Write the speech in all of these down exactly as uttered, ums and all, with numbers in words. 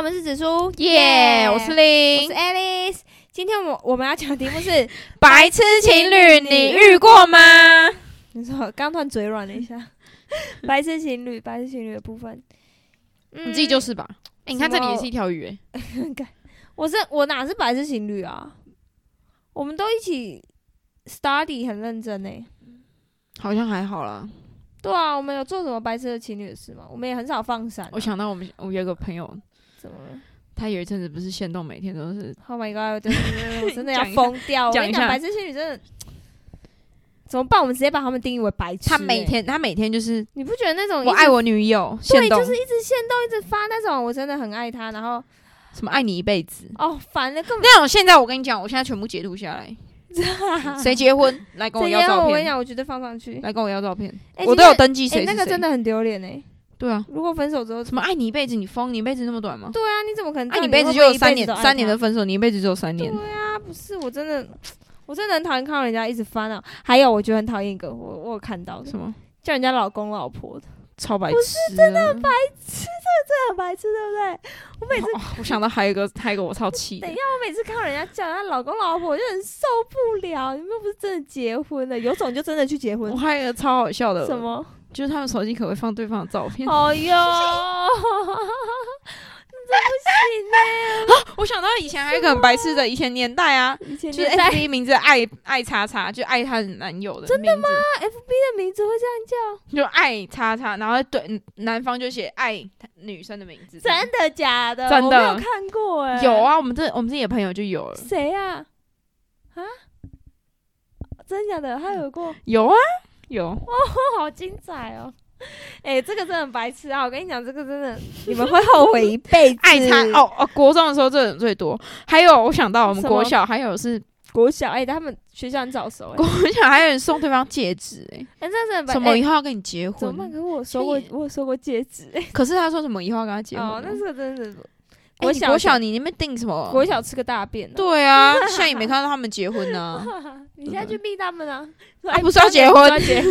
们是紫苏， 耶、yeah, 我是林， 我是 Alice。今天我我们要讲的题目是白痴情侣，你遇过吗？ 你说刚突然嘴软了一下，白痴情侣，白痴情侣的部分， 嗯、你自己就是吧？欸、你看这里也是一条鱼、欸， 我是我哪是白痴情侣啊？我们都一起 study 很认真呢、欸， 好像还好啦。 对啊，我们有做什么白痴的情侣的事吗？我们也很少放闪、啊。 我想到我们我有一个朋友， 怎么了？ 他有一阵子不是限动，每天都是 ，Oh my god！ 对对对，我真的要疯掉。我跟你讲，白痴情侣真的怎么办？我们直接把他们定义为白痴、欸。 他每天，他每天就是， 你不觉得那种我爱我女友， 对，就是一直限动，一直发那种，我真的很爱他，然后什么爱你一辈子， 哦，烦了，根本那种。现在我跟你讲，我现在全部截图下来。谁结婚来跟我要照片？ 我跟你讲，我绝对放上去。 来跟我要照片， 欸、 我都有登记谁、欸。 那个真的很丢脸哎。 对啊， 如果分手之后， 什么爱你一辈子？你疯？你一辈子那么短吗？ 对啊，你怎么可能爱你一辈子就有三年，三年的分手，你一辈子只有三年。 对啊，不是，我真的，我真的很讨厌看到人家一直发那。还有，我觉得很讨厌一个，我我有看到的什么叫人家老公老婆的。 超白痴， 不是真的很白痴，这个真的很白痴，对不对？我每次、 哦、我想到还有一个，还有一个我超气的。 等一下，我每次看到人家叫他老公老婆，我就很受不了。你们又不是真的结婚了，有种就真的去结婚。 我还有一个超好笑的， 什么？ 就是他们手机可不可以放对方的照片？ 哦哟，这不行呢、 欸啊！我想到以前还有一个很白痴的，以前年代啊， 以前就是 F B 名字爱爱叉叉，就爱她的男友的名字。 真的吗 ？F B 的名字会这样叫？就爱叉叉，然后对男方就写爱女生的名字。 真的假的？ 真的， 我没有看过哎、欸。 有啊，我们这我们自己的朋友就有了。 谁啊？啊？真的假的？他有过？ 有啊，有。 哦，好精彩哦！哎、欸，这个真的很白痴啊！我跟你讲，这个真的你们会后悔一辈子。 爱叉哦哦，国中的时候这人最多。还有，我想到我们国小还有是国小，哎、欸，他们学校很早熟、欸。 国小还有人送对方戒指、欸，哎、 欸，真的很白。 什么以后要跟你结婚？ 怎么办？可是我收过，我有收过戒指、欸。 可是他说什么以后要跟他结婚？ 哦，那这个真的是。 国小、欸、国小你那边订什么？ 国小吃个大便、喔。 对啊，现在也没看到他们结婚呢、啊。 你现在去逼他们啊？ 他、啊、不是要结婚？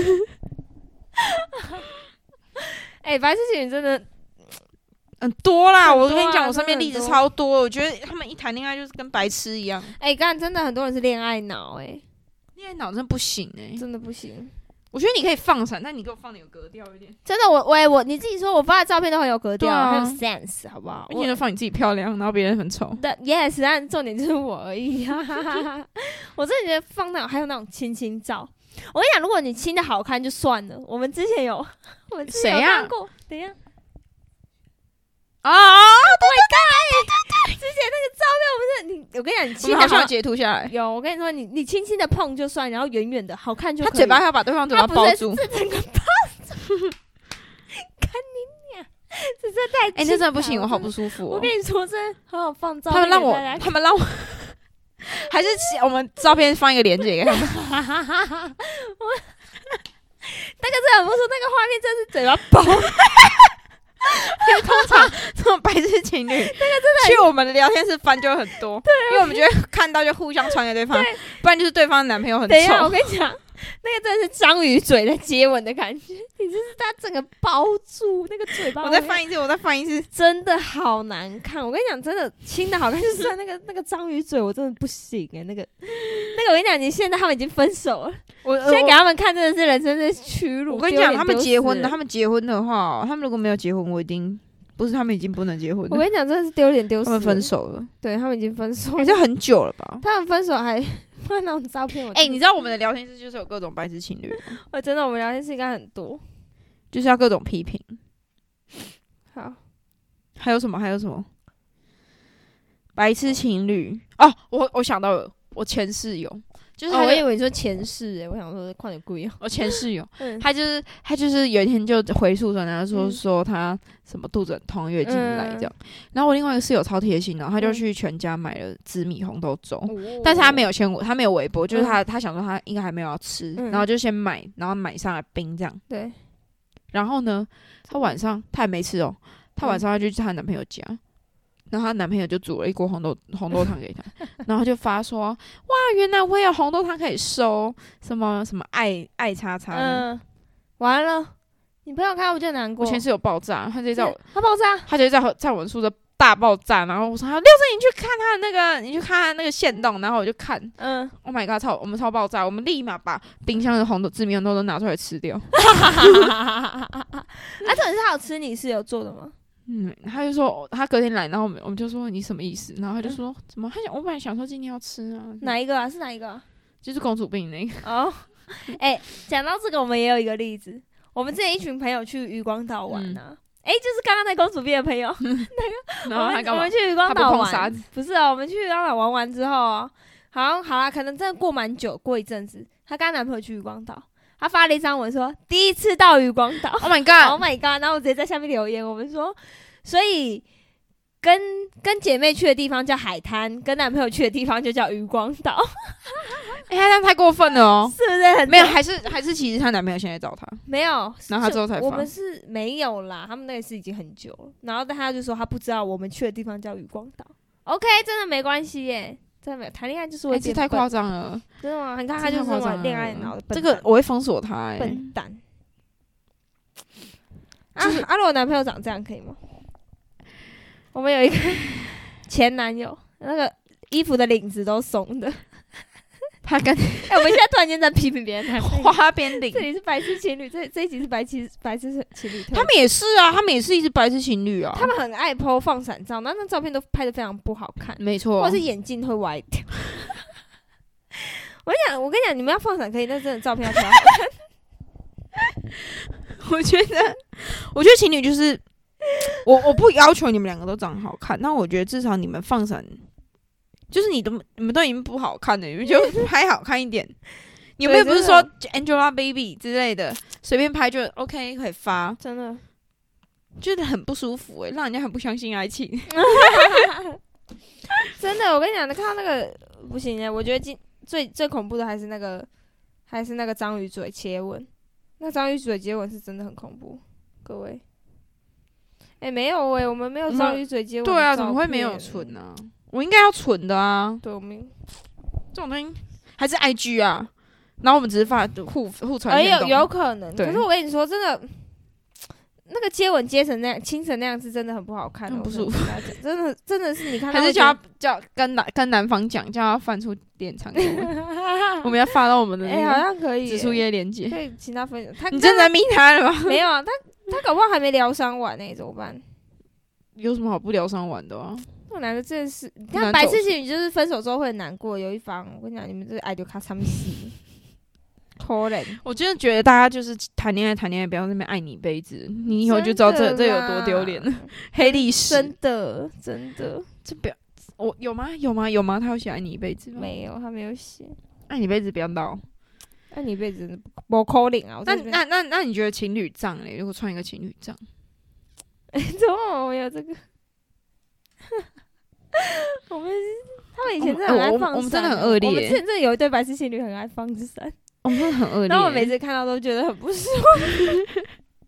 哎、欸，白痴情侣真的很多啦！ 多啊、 我跟你讲，我身边例子超多。我觉得他们一谈恋爱就是跟白痴一样。 哎、欸，刚真的很多人是恋爱脑，哎， 恋爱脑真的不行哎、欸， 真的不行。 我觉得你可以放闪，但你给我放的有格调一点。 真的，我我我你自己说，我发的照片都很有格调， 啊、 很有 sense， 好不好？ 而且都放你自己漂亮，然后别人很丑。 对 ，yes， 但重点就是我而已。我真的觉得放那种还有那种亲亲照。我跟你讲，如果你亲的好看就算了。我们之前有，我们之前有看过。等一下，啊、oh, ！Oh my god！ 之前那个照片，我不是你，我跟你讲，你亲的好像有截图下来。 有，我跟你说，你你轻轻的碰就算，然后远远的好看就可以。 他嘴巴要把对方嘴巴包住， 是整个包住。看你娘，这真的太……哎、 欸，那真的不行，我好不舒服、哦。 我跟你说，真的好好放照片。 他们让我，他们让我。还是我们照片放一个链接给他们。 我那个真的很不错，那个画面真是嘴巴爆。 因为通常这种白痴情侣，那个真的去我们的聊天室翻就会很多，对，因为我们觉得看到就互相传给对方，不然就是对方的男朋友很丑。 等一下，我跟你讲。那个真的是章鱼嘴在接吻的感觉，你这是他整个包住那个嘴巴。 我再翻一次，我再翻一次， 真的好难看。我跟你讲，真的亲的好看，就是那个那个章鱼嘴，我真的不行哎、欸。那个那个，我跟你讲，你现在他们已经分手了，我现在给他们看真的是人生的屈辱。 我跟你讲，他们结婚的，他们结婚的话，他们如果没有结婚，我已经不是他们已经不能结婚了。 我跟你讲，真的是丢脸丢死。 他们分手了， 对他们已经分手了， 好像很久了吧？ 他们分手还。看那种照片， 哎、欸，你知道我们的聊天室就是有各种白痴情侣， 我真的，我们聊天室应该很多， 就是要各种批评。 好， 还有什么？还有什么？白痴情侣哦，我我想到了，我前室友，就是、 哦、我以为你说前世哎、欸，我想说快点贵啊！ 我前室友， 嗯、 他就是他就是有一天就回宿舍，然后说、嗯、说他什么肚子很痛，月经来这样。嗯、然后我另外一个室友超贴心的，他就去全家买了紫米红豆粥，嗯、但是他没有先他没有微波，就是他、嗯、他想说他应该还没有要吃，嗯、然后就先买，然后买上来冰这样。 对。 然后呢，他晚上他还没吃哦，他晚上他就去他男朋友家。嗯然后她男朋友就煮了一锅红豆红豆汤给她，然后就发说：“哇，原来我也有红豆汤可以收，什么什么爱爱叉叉。”嗯， 完了，你朋友看我就难过。 我前室友爆炸，他直接在我他爆炸， 他直接在在我们宿舍大爆炸，然后我说六四，你去看他的那个，你去看他那个限动，然后我就看，嗯 ，Oh my god， 超我们超爆炸，我们立马把冰箱的红豆、紫米红豆都拿出来吃掉。 啊，这是他有吃你是有做的吗？ 嗯，他就说他隔天来，然后我们我们就说你什么意思？然后他就说、嗯、怎么？他想我本来想说今天要吃啊， 哪一个啊？是哪一个、啊？ 就是公主病那个。 哦，哎、欸，讲到这个，我们也有一个例子，我们之前一群朋友去渔光岛玩啊。嗯哎、欸，就是刚刚那公主病的朋友，那个， 然后他干嘛？ 我們去漁光島玩， 不, 不是啊，我們去漁光島玩完之後啊，好像好啦，可能真的過蠻久，過一陣子，她跟她男朋友去漁光島，她發了一張文說第一次到漁光島 ，Oh my god，Oh my god， 然後我直接在下面留言，我們說，所以跟跟姐妹去的地方叫海灘，跟男朋友去的地方就叫漁光島。 哎、欸，他這樣太過分了哦， 是不是很？ 沒有，還是還是其實她男朋友現在找她， 沒有， 然後他之後才發。 我們是沒有啦，他們那個是已經很久了。然後但他就說他不知道我們去的地方叫漁光島。OK， 真的沒關係耶，真的沒有談戀愛就是會變笨。 欸、這太誇張了， 真的嗎？你看他就是玩戀愛腦的笨蛋。 這個我會封鎖他、欸， 笨蛋。就是、啊，啊如果男朋友長這樣可以嗎？我們有一個前男友，那個衣服的領子都鬆的。 他跟哎、欸，我們現在突然間在批評別人男朋友花邊領， 這裡是白痴情侶，這這一集是白痴白痴情侶。 他們也是啊，他們也是一直白痴情侶啊。 他們很愛 po 放閃照，那那照片都拍得非常不好看， 沒錯， 或者是眼鏡會歪掉。我跟你講，我跟你講，你們要放閃可以，但真的照片要挑好看。 我覺得，我覺得情侶就是我我不要求你們兩個都長得好看，但我覺得至少你們放閃。就是你都你們都已經不好看了，你們就拍好看一點。你們又不是說 Angelababy 之類的，隨便拍就 OK 可以發， 真的覺得很不舒服誒、欸，讓人家很不相信愛情。 真的，我跟你講，你看到那個不行耶，我覺得今最最恐怖的還是那個還是那個章魚嘴接吻，那章魚嘴接吻是真的很恐怖，各位。哎、欸，沒有哎、欸，我們沒有章魚嘴接吻。 對啊，怎麼會沒有存呢、啊？我應該要存的啊， 對，我們這種東西還是 I G 啊，然後我們只是發互互傳。 哎、欸，有有可能，可是我跟你說，真的，那個接吻接成那樣，親成那樣是真的很不好看， 很不舒服。 真的真的是你看到， 還是叫他叫跟男跟男方講，叫他翻出臉長給我，我們要發到我們的哎、欸， 好像可以， 直屬頁連結， 可以請他分享。他你真的迷他了嗎？ 沒有啊，他他搞不好還沒療傷完呢、欸，怎麼辦？ 有什麼好不療傷完的啊？ 我男的真的是，你看白痴情侶就是分手之後會很難過，有一方我跟你講，你們這個愛就卡慘死，可憐。 我真的覺得大家就是談戀愛談戀愛，不要在那邊愛你一輩子，你以後就知道這這有多丟臉了，黑歷史。 真的真的， 這不要我有嗎？有嗎？有嗎？他有寫愛你一輩子嗎？ 沒有，他沒有寫。 愛你一輩子不要鬧， 愛你一輩子不可憐啊！ 那那那那你覺得情侶帳嘞？如果穿一個情侶帳， 哎、欸，怎麼沒有這個？我們他們以前真的很愛放閃、喔哦，我們真的很惡劣。我們之前真的有一對白痴情侶很愛放閃， 我們真的很惡劣。 然後我每次看到都覺得很不舒服。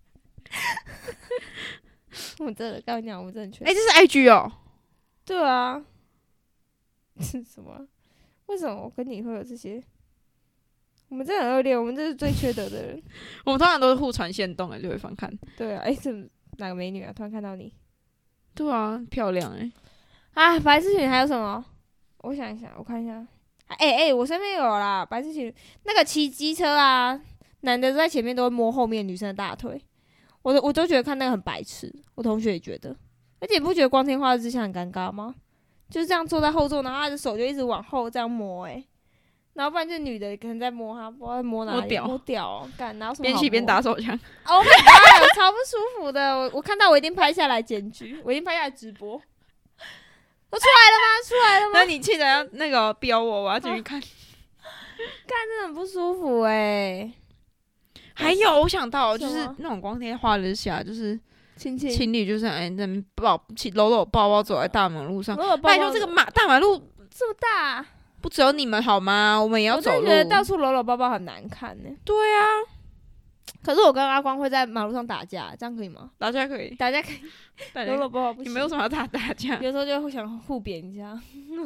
我真的跟你講，我真的覺得， 哎、欸，這是 I G 哦。 對啊，是什麼？為什麼我跟你會有這些？我們真的很惡劣，我們這是最缺德的人。 我們通常都是互傳限動的，就會翻看。 對啊，哎、欸，怎麼哪個美女啊？突然看到你。 對啊，漂亮哎、欸！ 啊，白痴情侶還有什麼？我想一想，我看一下。哎、欸、哎、欸，我身邊有啦，白痴情侶那個騎機車啊，男的在前面都會摸後面女生的大腿，我都我都覺得看那個很白痴。我同學也覺得，而且你不覺得光天化日之下很尷尬嗎？就是這樣坐在後座，然後他的手就一直往後這樣摸、欸，哎，然後不然就女的可能在摸他，不知道在摸哪裡，摸屌，摸屌，幹，然後什麼？邊騎邊打手槍。Oh my god，超不舒服的。我我看到我一定拍下來檢舉，我一定拍下來直播。都出來了嗎？出來了嗎？ 那你記得要那個標我，我要進去看。 看真的很不舒服哎、欸。 還有，我想到就是那種光天化日下，就是情侶就是哎在那抱摟摟抱抱走在大馬路上。拜託，這個馬大馬路這麼大， 不只有你們好嗎？我們也要走路。 我真的覺得到處摟摟抱抱很難看呢、欸。 對啊。 可是我跟阿光會在馬路上打架，這樣可以嗎？ 打架可以， 打架可以，摟摟抱抱不行。 你們為什麼要打打架？ 有時候就會想互扁一下。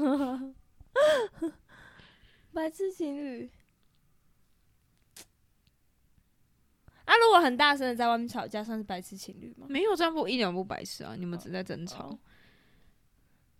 白痴情侶。啊，如果很大聲的在外面吵架，算是白痴情侶嗎？ 沒有，這樣不一點都不白痴啊！你們只在爭吵。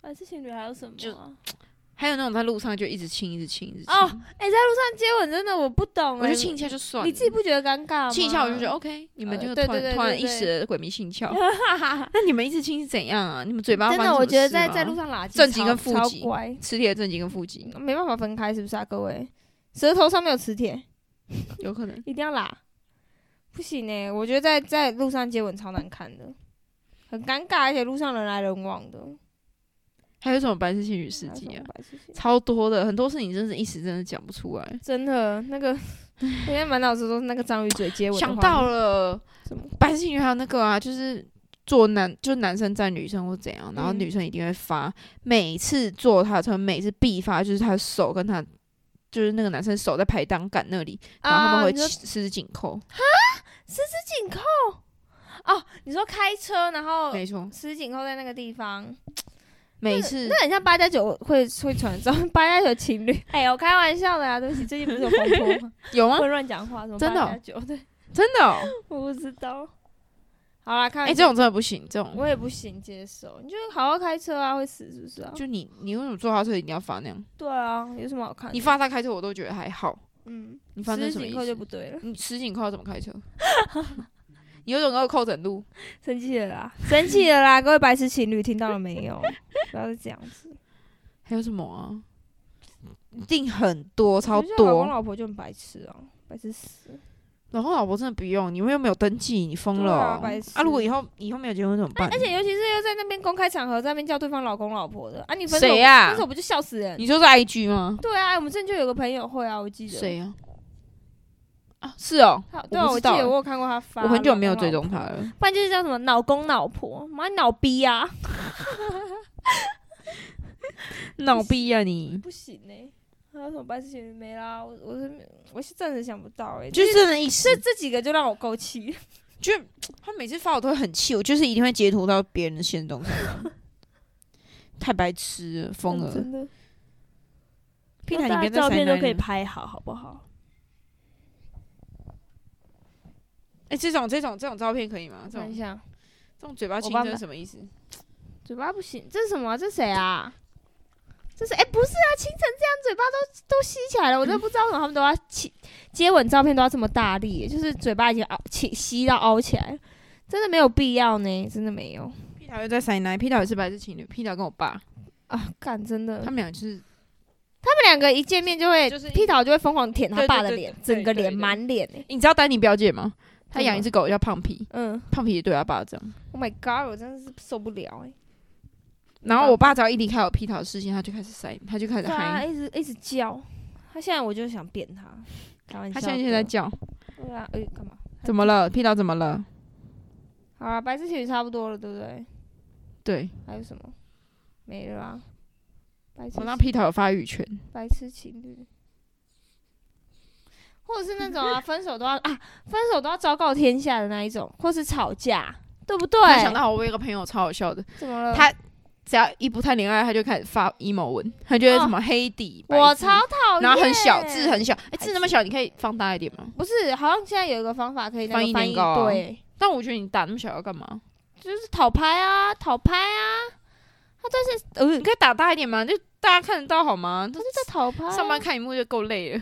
白痴情侣还有什么、啊？ 就还有那种在路上就一直亲一直亲一直亲。 哦，哎、欸，在路上接吻真的我不懂、欸， 我就亲一下就算了。 你自己不觉得尴尬吗？ 亲一下我就觉得 OK， 你们就突然、呃、 对对对对对突然一时的鬼迷心窍。那你们一直亲是怎样啊？你们嘴巴真的，我觉得在在路上拉正极跟负极， 乖， 磁铁正极跟负极没办法分开，是不是啊？各位，舌头上面有磁铁， 有可能一定要拉，不行哎、欸！我觉得在在路上接吻超难看的，很尴尬，而且路上人来人往的。 还有什么白痴情侣事迹啊？超多的，很多事情真是一时真的讲不出来。 真的，那个现在满脑子都是那个章鱼嘴接吻。 想到了，白痴情侣还有那个啊，就是坐男，就男生载女生或怎样，然后女生一定会发，嗯、每次坐他的车，每次必发就是他的手跟他，就是那个男生手在排挡杆那里，然后他们会十指紧扣。 哈，十指紧扣？哦，你说开车，然后没错， 十指紧扣在那个地方。 每次那, 那很像八加九会会传照，八加九情侣。哎、欸，我开玩笑的啊，对不起，最近不是有风波吗？ 有吗？ 会乱讲话，什么八加九？对， 真的、哦， 我不知道。好啦，看， 哎、欸，这种真的不行，这种我也不行接受。你就好好开车啊，会死是不是啊？ 就你，你为什么坐他车一定要发那样？ 对啊，有什么好看的？ 你发他开车我都觉得还好。 嗯， 你发那什么意思？ 十指紧扣就不对了。 你十指紧扣要怎么开车？你有种给我扣整路， 生气了啦，生气了啦！各位白痴情侣听到了没有？不要再这样子。 还有什么啊？一定很多，超多。 老公老婆就很白痴啊，白痴死。 老公老婆真的不用，你们又没有登记，你疯了、喔啊！ 白痴啊！如果以后以后没有结婚怎么办？ 而且尤其是又在那边公开场合在那边叫对方老公老婆的啊！你分手谁呀、啊？ 分手不就笑死人？ 你说是 I G 吗？ 对啊，我们之前就有个朋友会啊，我记得。 谁呀？啊，是哦， 对啊，我记得我有看过他发， 我很久没有追踪他了。 不然就是叫什么老公老婆，妈脑逼啊！ 脑逼啊你！ 不行哎、欸，还有什么白痴情侣没啦？我我是我是暂时想不到哎、欸， 就是真的意思。 这这几个就让我够气， 就他每次发我都会很气，我就是一定会截图到别人的限动上，太白痴了，疯了！ 真的， 屁台里面照片都可以拍好，好不好？ 哎、欸，这种这种这种照片可以吗？ 看一下， 这种嘴巴亲这是什么意思？ 嘴巴不行，这是什么、啊？这是谁啊？这是哎、欸，不是啊，亲成这样，嘴巴都都吸起来了，我真的不知道为什么他们都要接吻照片都要这么大力，就是嘴巴已经凹起吸到凹起来，真的没有必要呢，真的没有。 屁桃又在塞奶，屁桃也是白痴情侣，屁桃跟我爸啊，干真的， 他们俩就是他们两个一见面就会，就是屁桃就会疯狂舔他爸的脸，整个脸满脸。 你知道丹尼表姐吗？她养一只狗叫胖皮，嗯，胖皮也对他爸这样。 Oh my god， 我真的是受不了哎、欸。 然后我爸只要一离开我屁桃的视线，他就开始塞，他就开始嗨， 一直一直叫。他现在我就想扁他，开玩笑。 他现在就在叫。 对啊，哎、欸，干嘛？ 怎么了？屁桃怎么了？ 好啊，白痴情侣差不多了，对不对？ 对。 还有什么？没了啊。白痴。 我让屁桃有发语权。 白痴情侣。或者是那种啊，分手都要啊，分手都要昭告天下的那一种，或是吵架，对不对？ 我想到我有一个朋友超好笑的， 怎么了？ 他只要一不谈恋爱，他就开始发 emo 文，他觉得什么黑底， 哦、我超讨厌， 然后很小字很小，哎、欸，字那么小，你可以放大一点吗？ 不是，好像现在有一个方法可以那个翻译翻译高、啊， 对。 但我觉得你打那么小要干嘛？ 就是讨拍啊，讨拍啊。他但是呃，你可以打大一点吗？就大家看得到好吗？ 他就在讨拍、啊， 上班看荧幕就够累了。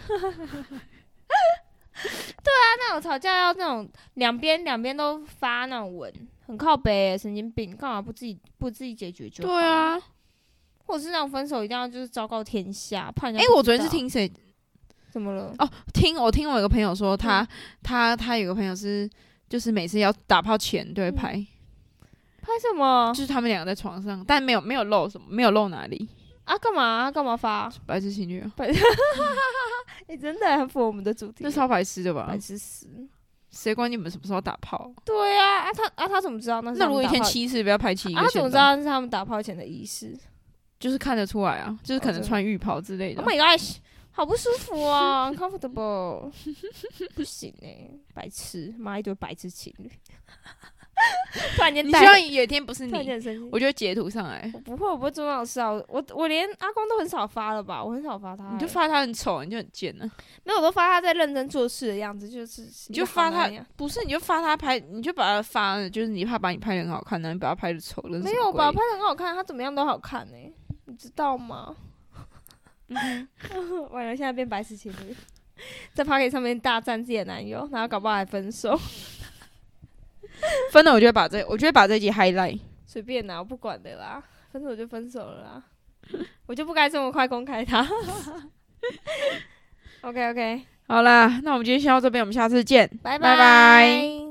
对啊，那种吵架要那种两边两边都发那种文，很靠北、欸，神经病，干嘛不自己不自己解决就好？ 对啊， 或者是那种分手一定要就是昭告天下，怕人家。 哎、欸，我昨天是听谁？ 怎么了？ 哦，听我听我有个朋友说，他、嗯、他他有个朋友是，就是每次要打炮前都会拍、嗯， 拍什么？ 就是他们两个在床上，但没有没有露什么，没有露哪里。 啊，干嘛、啊？干嘛发？ 白痴情侣啊！ 白痴，哎、欸，真的很符合我们的主题。 那超白痴的吧？ 白痴死！ 谁管你们什么时候打炮？ 对啊，啊他啊他怎么知道那是他们打炮？ 那如果一天七次，不要拍七个、啊？ 他怎么知道那是他们打炮前的仪式？ 就是看得出来啊，就是可能穿浴袍之类的。 Oh my gosh， 好不舒服啊 ，uncomfortable， 不行哎、欸，白痴，妈一堆白痴情侣。 突然间， 你希望有一天不是你，我就截图上来。 我不会，我不会做那种事啊！我我连阿公都很少发了吧？我很少发他、欸， 你就发他很丑，你就很贱了。 没有，我都发他在认真做事的样子，就是你就发他，不是你就发他拍，你就把他发，就是你怕把你拍的很好看，然后你把他拍的丑了。 没有吧？拍的很好看，他怎么样都好看呢、欸，你知道吗？嗯，完了，现在变白痴情侣，在 Pocket 上面大赞自己的男友，然后搞不好还分手。 分了，我就会把这，我就会把这集 highlight。 随便啦，我不管的啦，分手就分手了啦，我就不该这么快公开他。OK OK， 好啦，那我们今天先到这边，我们下次见， 拜拜拜。